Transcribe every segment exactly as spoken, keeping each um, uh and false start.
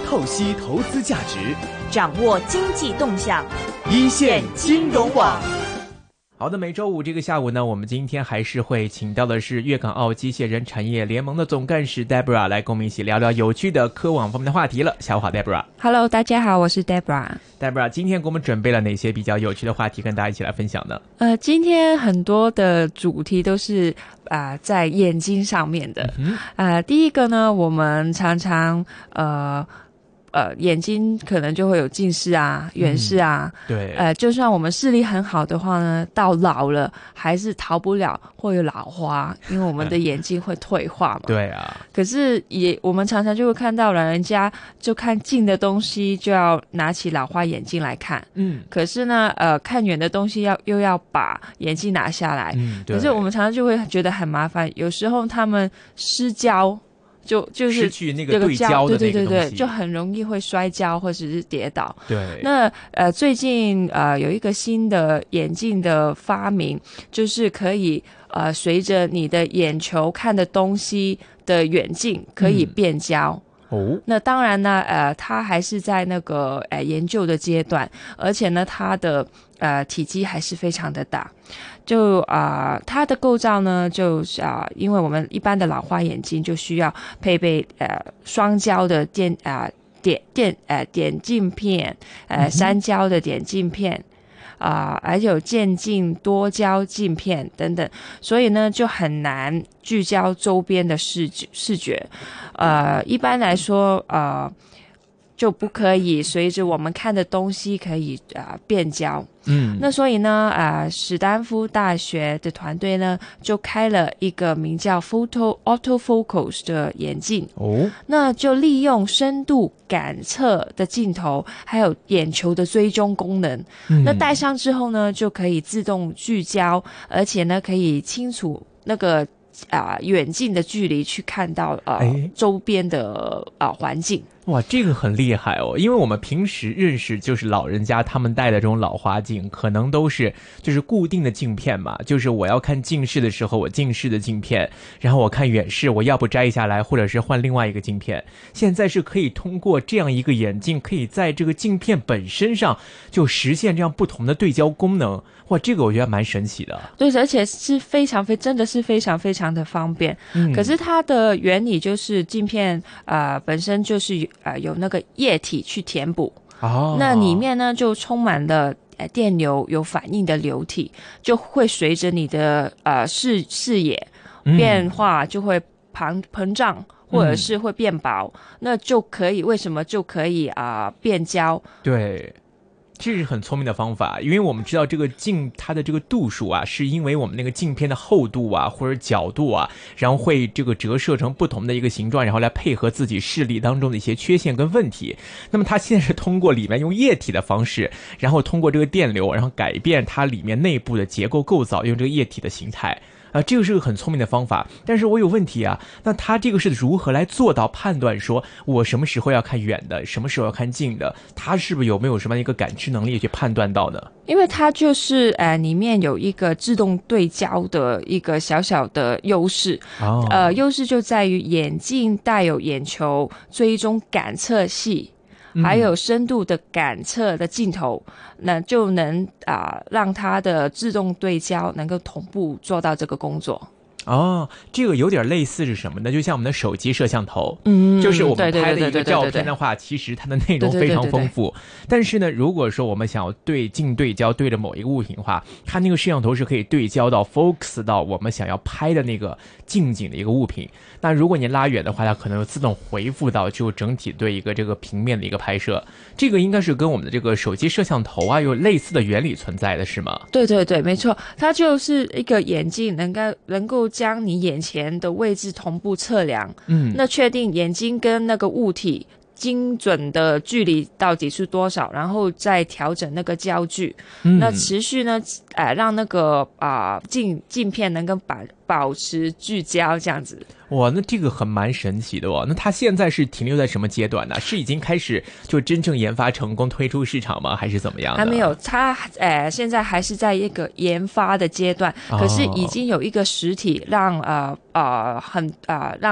透析投资价值， 掌握经济动向， 一线金融网。 好的，每周五这个下午呢，我们今天还是会请到的是粤港澳机械人产业联盟的总干事 Deborah 来跟我们一起聊聊有趣的科网方面的话题了。下午好 ，Deborah。Hello， 大家好，我是 Deborah。Deborah， 今天给我们准备了哪些比较有趣的话题，跟大家一起来分享呢？ 呃，今天很多的主题都是啊、呃、在眼睛上面的。嗯、呃，第一个呢，我们常常呃。呃，眼睛可能就会有近视啊、远视啊、 嗯，对， 呃，就算我们视力很好的话呢，到老了还是逃不了会有老花，因为我们的眼睛会退化嘛。 对啊。 可是也我们常常就会看到老人家就看近的东西就要拿起老花眼镜来看，嗯，可是呢，呃，看远的东西要又要把眼镜拿下来，嗯，可是我们常常就会觉得很麻烦，有时候他们失焦。就就是失去那个对焦的那个东西， 对对对对，就很容易会摔跤或者是跌倒。 对， 那呃最近呃有一个新的眼镜的发明，就是可以呃随着你的眼球看的东西的远近可以变焦。嗯哦，那当然呢，呃，它还是在那个呃研究的阶段，而且呢，它的呃体积还是非常的大。就啊、呃，它的构造呢，就是啊、呃，因为我们一般的老花眼镜就需要配备呃双焦的电啊、呃、点电呃点镜片，呃三焦的点镜片。啊、呃，还有渐进多焦镜片等等，所以呢就很难聚焦周边的视觉视觉。呃，一般来说，呃，就不可以随着我们看的东西可以啊、呃、变焦。嗯，那所以呢，啊、呃，史丹福大学的团队呢就开了一个名叫 Photo Autofocus 的眼镜。哦，那就利用深度感测的镜头，还有眼球的追踪功能。嗯，那戴上之后呢，就可以自动聚焦，而且呢，可以清楚那个啊、呃、远近的距离去看到呃、欸、周边的啊环、呃、境。 哇，这个很厉害哦！因为我们平时认识就是老人家他们戴的这种老花镜，可能都是就是固定的镜片嘛，就是我要看近视的时候我近视的镜片，然后我看远视我要不摘下来，或者是换另外一个镜片。现在是可以通过这样一个眼镜，可以在这个镜片本身上就实现这样不同的对焦功能。哇，这个我觉得蛮神奇的。 对，而且是非常非真的是非常非常的方便。嗯，可是它的原理就是镜片呃本身就是呃有那个液体去填补。哦，那里面呢就充满了呃电流有反应的流体，就会随着你的呃视视野变化就会膨膨胀。或者是会变薄，嗯、那就可以为什么就可以啊、呃、变焦？ 对。这是很聪明的方法，因为我们知道这个镜它的这个度数啊，是因为我们那个镜片的厚度啊或者角度啊，然后会这个折射成不同的一个形状，然后来配合自己视力当中的一些缺陷跟问题。那么它现在是通过里面用液体的方式，然后通过这个电流，然后改变它里面内部的结构构造，用这个液体的形态。啊，这个是个很聪明的方法，但是我有问题啊。那他这个是如何来做到判断说我什么时候要看远的，什么时候要看近的？他是不是有没有什么一个感知能力去判断到呢？ 因为它就是呃里面有一个自动对焦的一个小小的优势。哦，呃优势就在于眼镜带有眼球追踪感测器。还有深度的感测的镜头，那就能啊、呃、让它的自动对焦能够同步做到这个工作。 哦，这个有点类似是什么呢？就像我们的手机摄像头，嗯，就是我们拍的一个照片的话，其实它的内容非常丰富。但是呢，如果说我们想要对镜对焦对着某一个物品的话，它那个摄像头是可以对焦到 focus 到我们想要拍的那个近景的一个物品。那如果你拉远的话，它可能自动回复到就整体对一个这个平面的一个拍摄。这个应该是跟我们的这个手机摄像头啊有类似的原理存在的，是吗？ 对对对，没错，它就是一个眼镜能够能够将你眼前的位置同步测量，嗯，那确定眼睛跟那个物体精准的距离到底是多少，然后再调整那个焦距，嗯、那持续呢，呃，让那个啊、呃、镜镜片能够保保持聚焦这样子。 哇，那这个很蛮神奇的哦。那它现在是停留在什么阶段呢？是已经开始就真正研发成功推出市场吗？还是怎么样的？ 还没有，它呃现在还是在一个研发的阶段，可是已经有一个实体让呃呃很呃让一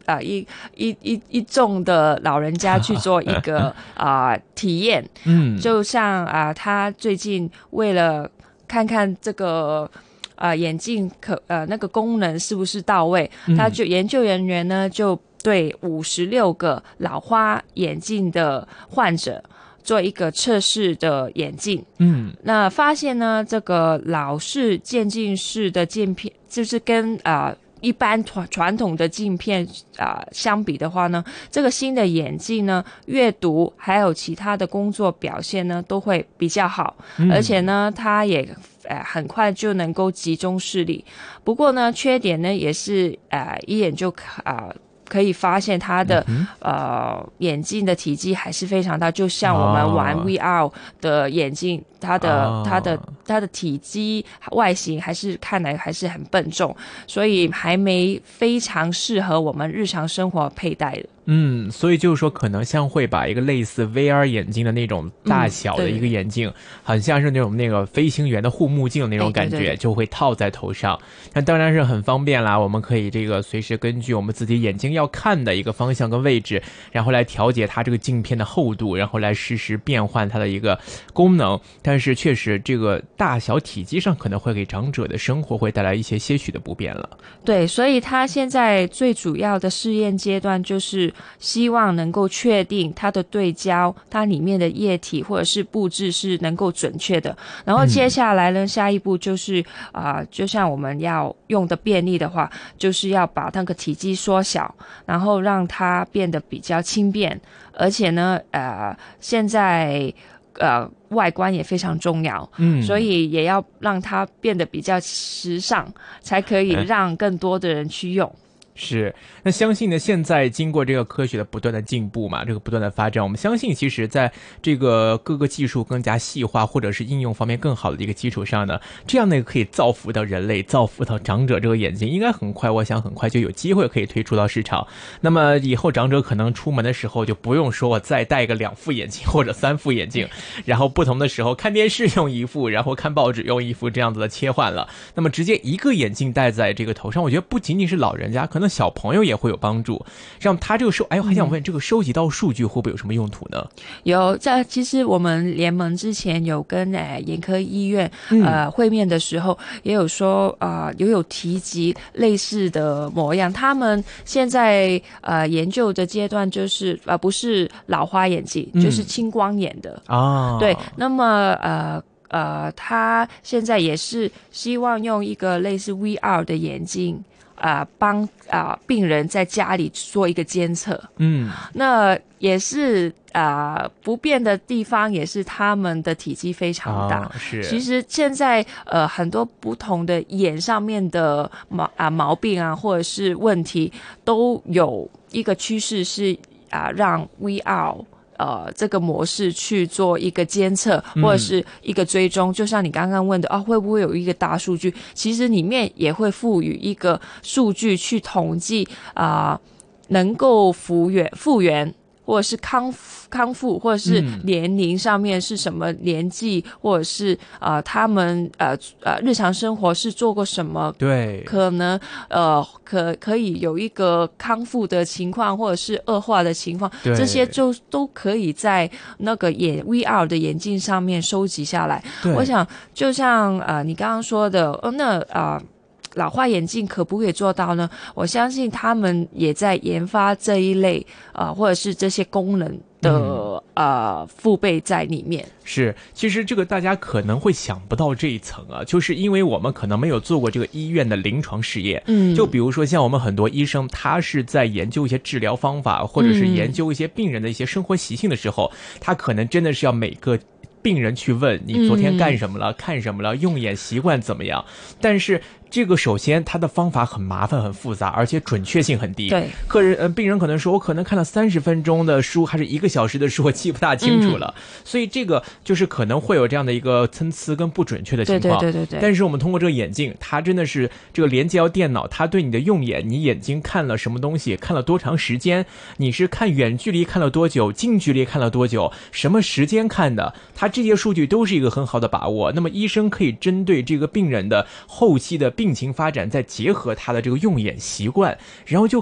啊、呃、一一一一众的老人家去做一个啊、呃、体验， 嗯， 就像啊、呃、他最近为了看看这个。呃，眼镜可呃那个功能是不是到位？ 嗯、 他就研究人员呢就对五十六个老花眼镜的患者做一个测试的眼镜， 嗯， 那发现呢，这个老式渐进式的镜片，就是跟啊。呃一般传传统的镜片啊、呃、相比的话呢，这个新的眼镜呢，阅读还有其他的工作表现呢都会比较好，嗯、而且呢，它也呃很快就能够集中视力。不过呢，缺点呢也是呃一眼就啊。呃可以发现它的、嗯、呃眼镜的体积还是非常大，就像我们玩 V R 的眼镜，哦、它的、哦、它的它的体积外形还是看来还是很笨重，所以还没非常适合我们日常生活佩戴的。 嗯，所以就是说，可能像会把一个类似 V R 眼镜的那种大小的一个眼镜，嗯、很像是那种那个飞行员的护目镜那种感觉，哎、对对对就会套在头上。那当然是很方便啦，我们可以这个随时根据我们自己眼睛要看的一个方向跟位置，然后来调节它这个镜片的厚度，然后来实时变换它的一个功能。但是确实，这个大小体积上可能会给长者的生活会带来一些些许的不便了。 对，所以它现在最主要的试验阶段就是希望能够确定它的对焦，它里面的液体或者是布置是能够准确的。然后接下来呢，嗯、下一步就是啊、呃，就像我们要用的便利的话，就是要把那个体积缩小，然后让它变得比较轻便，而且呢，呃，现在呃外观也非常重要，嗯，所以也要让它变得比较时尚，才可以让更多的人去用。 是，那相信呢，现在经过这个科学的不断的进步嘛，这个不断的发展，我们相信其实在这个各个技术更加细化或者是应用方面更好的一个基础上呢，这样的可以造福到人类，造福到长者这个眼睛，应该很快，我想很快就有机会可以推出到市场。那么以后长者可能出门的时候就不用说我再戴个两副眼镜或者三副眼镜，然后不同的时候看电视用一副，然后看报纸用一副，这样子的切换了。那么直接一个眼镜戴在这个头上，我觉得不仅仅是老人家，可能那小朋友也会有帮助，让他这个收，哎，我还想问，这个收集到数据会不会有什么用途呢？ 有，在其实我们联盟之前有跟呃眼科医院呃、嗯、会面的时候，也有说啊、呃，也有提及类似的模样。他们现在呃研究的阶段就是呃不是老花眼镜，嗯、就是青光眼的啊。对，那么呃。呃，他现在也是希望用一个类似 V R 的眼镜，啊、呃，帮啊、呃、病人在家里做一个监测。嗯，那也是啊、呃、不便的地方，也是他们的体积非常大。 哦、是， 其实现在呃很多不同的眼上面的毛啊毛病啊，或者是问题，都有一个趋势是啊、呃、让 V R。呃，这个模式去做一个监测或者是一个追踪，嗯、就像你刚刚问的啊，会不会有一个大数据？其实里面也会赋予一个数据去统计啊、呃，能够复原复原。或者是康复康复，或者是年龄上面是什么年纪，嗯、或者是呃他们呃呃日常生活是做过什么， 对， 可能呃可可以有一个康复的情况，或者是恶化的情况，这些就都可以在那个眼 V R 的眼镜上面收集下来。我想就像呃你刚刚说的，呃那啊。呃老花眼镜可不可以做到呢？我相信他们也在研发这一类啊、呃，或者是这些功能的、嗯、呃附备在里面。 是，其实这个大家可能会想不到这一层啊，就是因为我们可能没有做过这个医院的临床试验。嗯，就比如说像我们很多医生，他是在研究一些治疗方法，或者是研究一些病人的一些生活习性的时候，嗯、他可能真的是要每个病人去问你昨天干什么了、嗯、看什么了，用眼习惯怎么样。但是这个首先它的方法很麻烦很复杂，而且准确性很低。 对， 客人呃病人可能说我可能看了三十分钟的书还是一个小时的书，我记不大清楚了、嗯、所以这个就是可能会有这样的一个参差跟不准确的情况。 对对对对对。 但是我们通过这个眼镜，它真的是这个连接到电脑，它对你的用眼，你眼睛看了什么东西，看了多长时间，你是看远距离看了多久，近距离看了多久，什么时间看的，它这些数据都是一个很好的把握。那么医生可以针对这个病人的后期的病情发展，再结合他的这个用眼习惯，然后就可以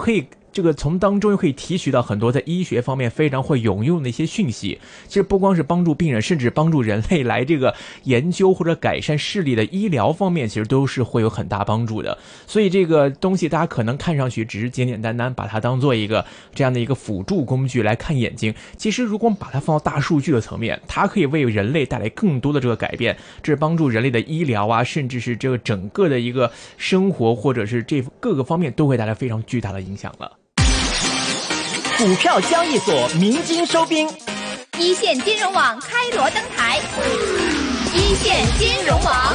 这个从当中又可以提取到很多在医学方面非常会有用的一些讯息。其实不光是帮助病人，甚至帮助人类来这个研究或者改善视力的医疗方面，其实都是会有很大帮助的。所以这个东西大家可能看上去只是简简单单把它当做一个这样的一个辅助工具来看眼睛，其实如果我们把它放到大数据的层面，它可以为人类带来更多的这个改变，这是帮助人类的医疗啊，甚至是这个整个的一个生活，或者是这各个方面都会带来非常巨大的影响了。 股票交易所鸣金收兵， 一线金融网开锣登台，一线金融网。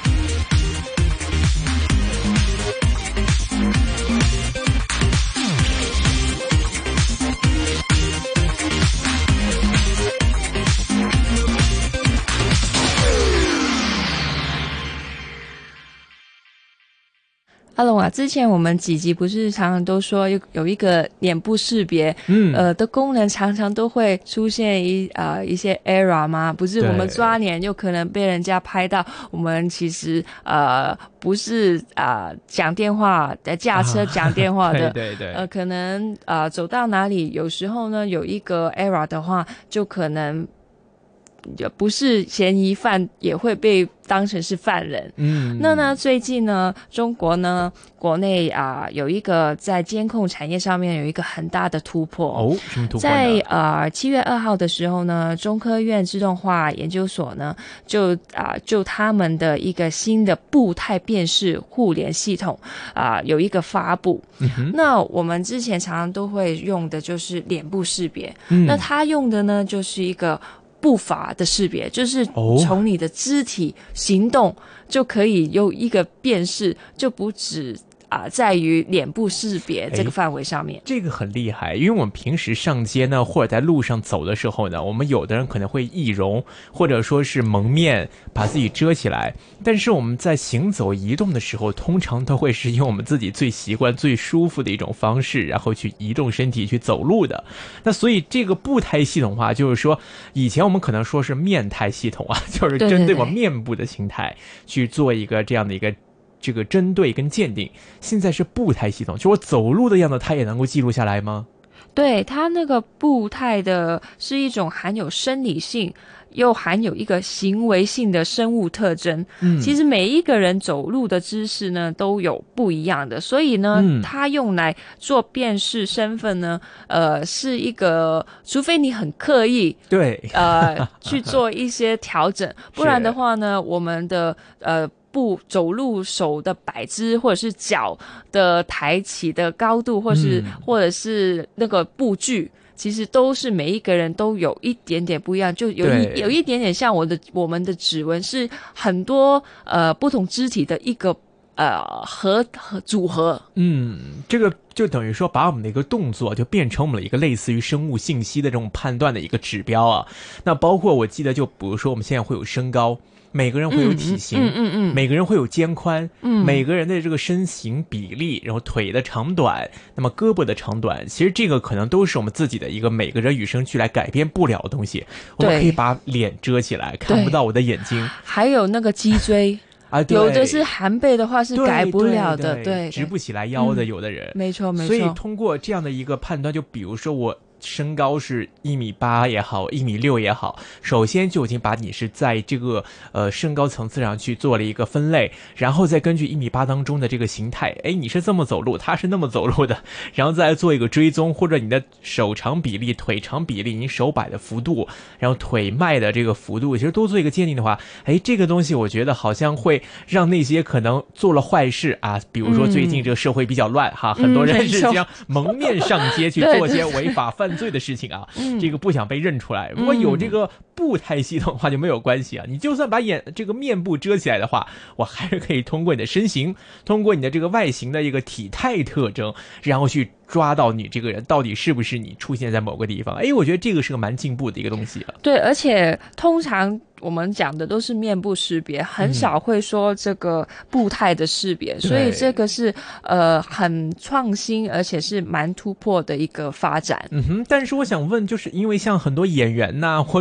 阿龙啊，之前我们几集不是常常都说有有一个脸部识别，嗯，呃的功能常常都会出现一呃一些 error 吗？不是我们抓脸有可能被人家拍到，我们其实呃不是啊、呃、讲电话的驾车讲电话的，啊、 对对对， 呃可能呃走到哪里，有时候呢有一个 error 的话，就可能。不是嫌疑犯也会被当成是犯人。嗯，那呢，最近呢，中国呢，国内啊、呃、有一个在监控产业上面有一个很大的突破。 哦，什么突破呢？ 在呃七月二号的时候呢，中科院自动化研究所呢，就啊、呃、就他们的一个新的步态辨识互联系统啊、呃、有一个发布。嗯、那我们之前常常都会用的就是脸部识别，嗯、那他用的呢就是一个。步伐的识别，就是从你的肢体行动就可以有一个辨识，就不止啊、呃，在于脸部识别这个范围上面。 这个很厉害，因为我们平时上街呢，或者在路上走的时候呢，我们有的人可能会易容，或者说是蒙面，把自己遮起来。但是我们在行走移动的时候，通常都会是用我们自己最习惯、最舒服的一种方式，然后去移动身体去走路的。那所以这个步态系统化，就是说，以前我们可能说是面态系统啊，就是针对我面部的形态去做一个这样的一个。这个针对跟鉴定，现在是步态系统，就我走路的样子，它也能够记录下来吗？ 对，它那个步态的是一种含有生理性又含有一个行为性的生物特征。嗯，其实每一个人走路的姿势呢都有不一样的，所以呢，嗯、它用来做辨识身份呢，呃，是一个，除非你很刻意对， 呃，去做一些调整，不然的话呢，我们的呃。步走路手的摆姿，或者是脚的抬起的高度，或是、嗯、或者是那个步距，其实都是每一个人都有一点点不一样，就有一有一点点像我的我们的指纹是很多呃不同肢体的一个呃合合组合。 嗯，这个就等于说把我们的一个动作就变成我们的一个类似于生物信息的这种判断的一个指标啊。那包括我记得，就比如说我们现在会有身高。每个人会有体型，嗯嗯 嗯, 嗯，每个人会有肩宽，嗯，每个人的这个身形比例，然后腿的长短，那么胳膊的长短，其实这个可能都是我们自己的一个每个人与生俱来改变不了的东西。我们可以把脸遮起来，看不到我的眼睛， 还有那个脊椎。啊，有的是寒背的话是改不了的，对， 对, 对, 对，直不起来腰的有的人， 嗯、没错没错。 所以通过这样的一个判断，就比如说我身高是一米八也好，一米六也好，首先就已经把你是在这个呃身高层次上去做了一个分类，然后再根据一米八当中的这个形态，哎，你是这么走路，他是那么走路的，然后再来做一个追踪，或者你的手长比例、腿长比例、你手摆的幅度，然后腿迈的这个幅度，其实都做一个鉴定的话，哎，这个东西我觉得好像会让那些可能做了坏事啊，比如说最近这个社会比较乱哈，嗯、很多人是这样蒙面上街去做些违法犯罪的事情啊，这个不想被认出来。如果有这个步态系统的话就没有关系啊，你就算把眼这个面部遮起来的话，我还是可以通过你的身形，通过你的这个外形的一个体态特征，然后去抓到你这个人到底是不是你出现在某个地方。哎，我觉得这个是个蛮进步的一个东西啊。 对，而且通常我们讲的都是面部识别，很少会说这个步态的识别，嗯、所以这个是呃很创新，而且是蛮突破的一个发展。 嗯哼，但是我想问，就是因为像很多演员呐、啊，或者是一些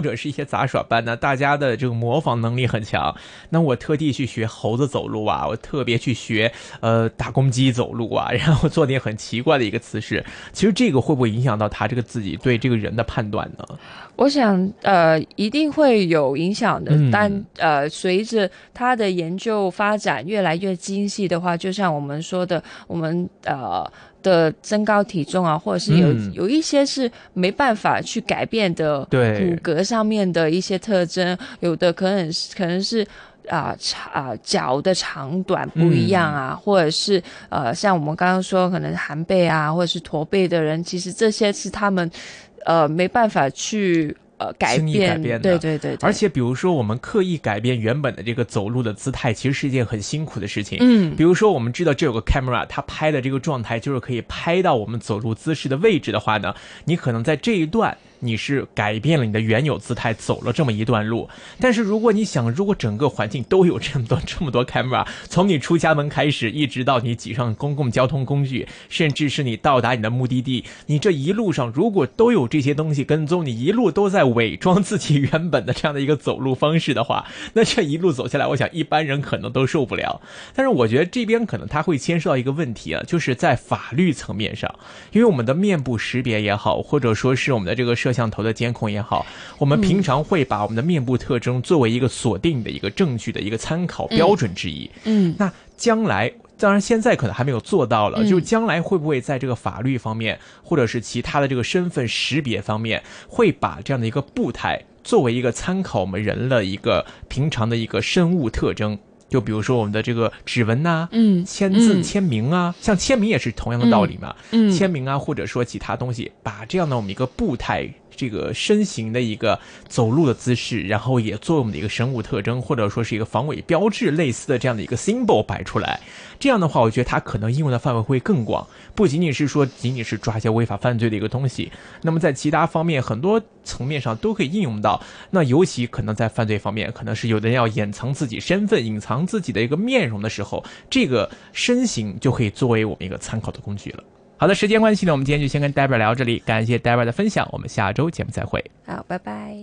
些杂耍班呢，大家的这个模仿能力很强。那我特地去学猴子走路啊，我特别去学呃大公鸡走路啊，然后做点很奇怪的一个姿势。其实这个会不会影响到他这个自己对这个人的判断呢？ 我想，呃，一定会有影响的。 嗯、 但呃，随着他的研究发展越来越精细的话，就像我们说的，我们呃的增高体重啊，或者是有、嗯、有一些是没办法去改变的， 对骨骼上面的一些特征，有的可能可能是。啊，长啊，脚的长短不一样啊，嗯、或者是呃，像我们刚刚说，可能寒背啊，或者是驼背的人，其实这些是他们呃没办法去呃改变， 轻易改变的， 对对 对, 对。 而且比如说，我们刻意改变原本的这个走路的姿态，其实是一件很辛苦的事情。 嗯， 比如说，我们知道这有个 camera， 它拍的这个状态就是可以拍到我们走路姿势的位置的话呢，你可能在这一段。你是改变了你的原有姿态，走了这么一段路。但是如果你想，如果整个环境都有这么多这么多 camera， 从你出家门开始，一直到你挤上公共交通工具，甚至是你到达你的目的地，你这一路上如果都有这些东西跟踪，你一路都在伪装自己原本的这样的一个走路方式的话，那这一路走下来，我想一般人可能都受不了。但是我觉得这边可能它会牵涉到一个问题啊，就是在法律层面上，因为我们的面部识别也好，或者说是我们的这个摄像头的监控也好，我们平常会把我们的面部特征作为一个锁定的一个证据的一个参考标准之一。 嗯， 那将来当然现在可能还没有做到了， 嗯、 就是将来会不会在这个法律方面，或者是其他的这个身份识别方面，会把这样的一个步态作为一个参考我们人的一个平常的一个生物特征。就比如说我们的这个指纹呐、啊， 嗯， 签字、嗯、签名啊，像签名也是同样的道理嘛， 嗯， 签名啊，或者说其他东西，把这样的我们一个步态。这个身形的一个走路的姿势，然后也做我们的一个生物特征，或者说是一个防伪标志类似的这样的一个 symbol 摆出来。这样的话，我觉得它可能应用的范围会更广，不仅仅是说仅仅是抓一些违法犯罪的一个东西，那么在其他方面很多层面上都可以应用到。那尤其可能在犯罪方面，可能是有的人要掩藏自己身份、隐藏自己的一个面容的时候，这个身形就可以作为我们一个参考的工具了。好的，时间关系呢，我们今天就先跟 Deborah 聊到这里，感谢 Deborah 的分享，我们下周节目再会。 好，拜拜。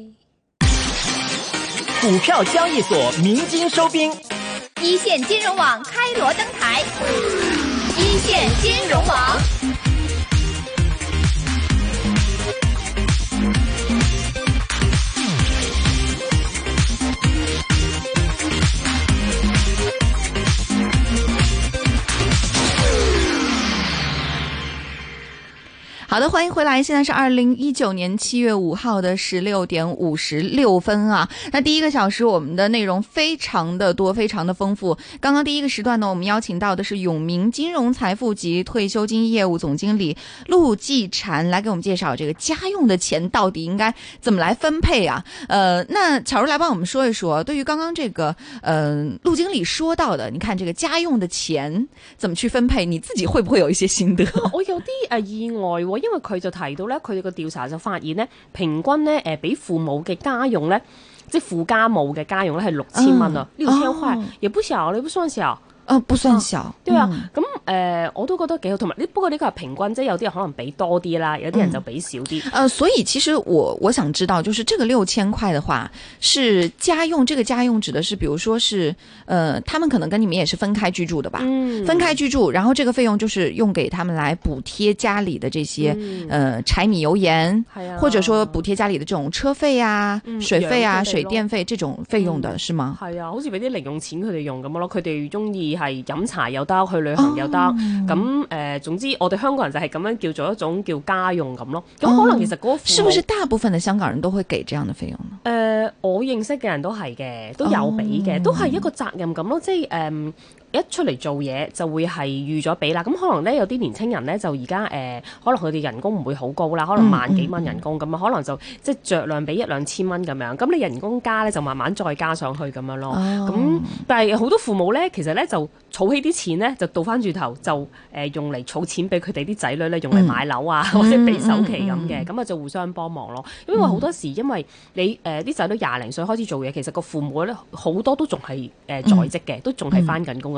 股票交易所鸣金收兵， 一线金融网开锣登台，一线金融网。 好的，欢迎回来，现在是二零一九年七月五号的十六点五十六分啊。那第一个小时我们的内容非常的多，非常的丰富。刚刚第一个时段呢，我们邀请到的是永明金融财富及退休金业务总经理陆继婵来给我们介绍这个家用的钱到底应该怎么来分配啊。呃，那巧如来帮我们说一说，对于刚刚这个呃陆经理說到的，你看這個家用的錢怎麼去分配，你自己會不會有一些心得？ 我有啲誒意外喎，因為佢就提到咧，佢哋個調查就發現咧，平均咧誒俾父母嘅家用咧，即係父家母嘅家用咧係六千蚊啊，六千塊，也不小，你不算小。 呃，不算小， 啊對啊，咁、嗯、誒、呃、我都覺得幾好，同埋呢不過呢個係平均，即係有啲人可能俾多啲啦，有啲人就俾少啲。 呃，所以其實我我想知道，就是這個六千塊的話，是家用，這個家用指的是，比如說是，呃，他們可能跟你們也是分開居住的吧？嗯，分開居住，然後這個費用就是用給他們來補貼家裡的這些，嗯、呃，柴米油鹽，啊、或者說補貼家裡的這種車費啊、嗯、水費啊、水電費這種費用的，嗯、是嗎？ 係啊，好似俾啲零用錢佢哋用咁咯，佢哋中意。係飲茶又得，去旅行又得，咁誒、哦呃，總之我哋香港人就係咁樣叫做一種叫家用咁咯。咁、哦、可能其實嗰個是不是大部分的香港人都會給這樣的費用呢？ 誒、呃，我認識嘅人都係嘅，都有俾嘅，哦、都係一個責任咁咯，即係誒。呃一出嚟做嘢就會係預咗俾啦，咁可能咧有啲年青人咧就而家誒，可能佢哋人工唔會好高啦，可能萬幾蚊人工咁啊，嗯嗯、可能就即係酌量俾一兩千蚊咁樣，咁你人工加咧就慢慢再加上去咁樣咯。咁、哦、但係好多父母咧，其實咧就儲起啲錢咧，就倒翻轉頭就誒、呃、用嚟儲錢俾佢哋啲仔女咧，用嚟買樓啊，嗯、或者俾首期咁嘅，咁啊、嗯嗯、就互相幫忙咯。因為好多時因為你誒啲仔女廿零歲開始做嘢，其實個父母咧好多都仲係誒在職嘅，嗯、都仲係翻緊工。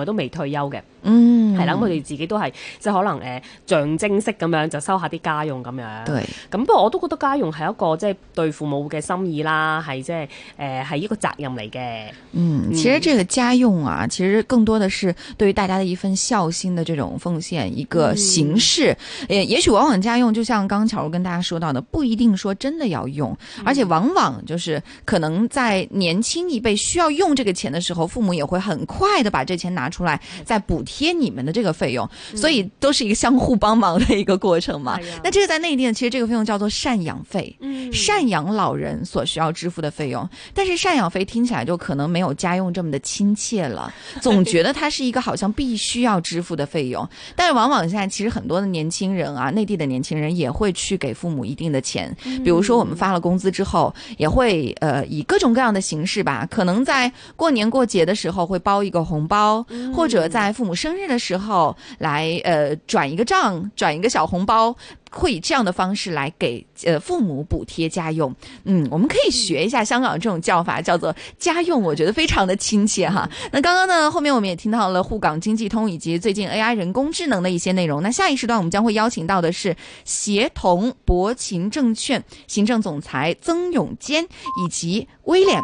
來都未退休嘅。 嗯， 係啦，咁佢哋自己都係即係可能誒、呃、象徵式咁樣就收下啲家用咁樣。 對， 咁不過我都覺得家用係一個即係對父母嘅心意啦，係即係誒係一個責任嚟嘅。 嗯，其實這個家用啊，其實更多的是對於大家的一份孝心的這種奉獻一個形式。誒、嗯，也許往往家用就像剛剛巧如跟大家說到的，不一定說真的要用，而且往往就是可能在年輕一輩需要用這個錢的時候，父母也會很快的把這錢拿出來再補貼你們的這個費用，所以都是一個相互幫忙的一個過程嘛。嗯、那這個在內地呢，其實這個費用叫做贍養費，嗯，贍養老人所需要支付的費用。但是贍養費聽起來就可能沒有家用這麼的親切了，總覺得它是一個好像必須要支付的費用。但是往往現在其實很多的年輕人啊，內地的年輕人也會去給父母一定的錢，比如說我們發了工資之後，也會呃以各種各樣的形式吧，可能在過年過節的時候會包一個紅包，或者在在父母生日的時候來呃轉一個賬，轉一個小紅包，會以這樣的方式來給呃父母補貼家用。嗯，我們可以學一下香港這種叫法，叫做家用，我覺得非常的親切哈。那剛剛呢，後面我們也聽到了滬港經濟通以及最近 A I 人工智能的一些內容。那下一時段我們將會邀請到的是協同博勤證券行政總裁曾永堅以及威廉。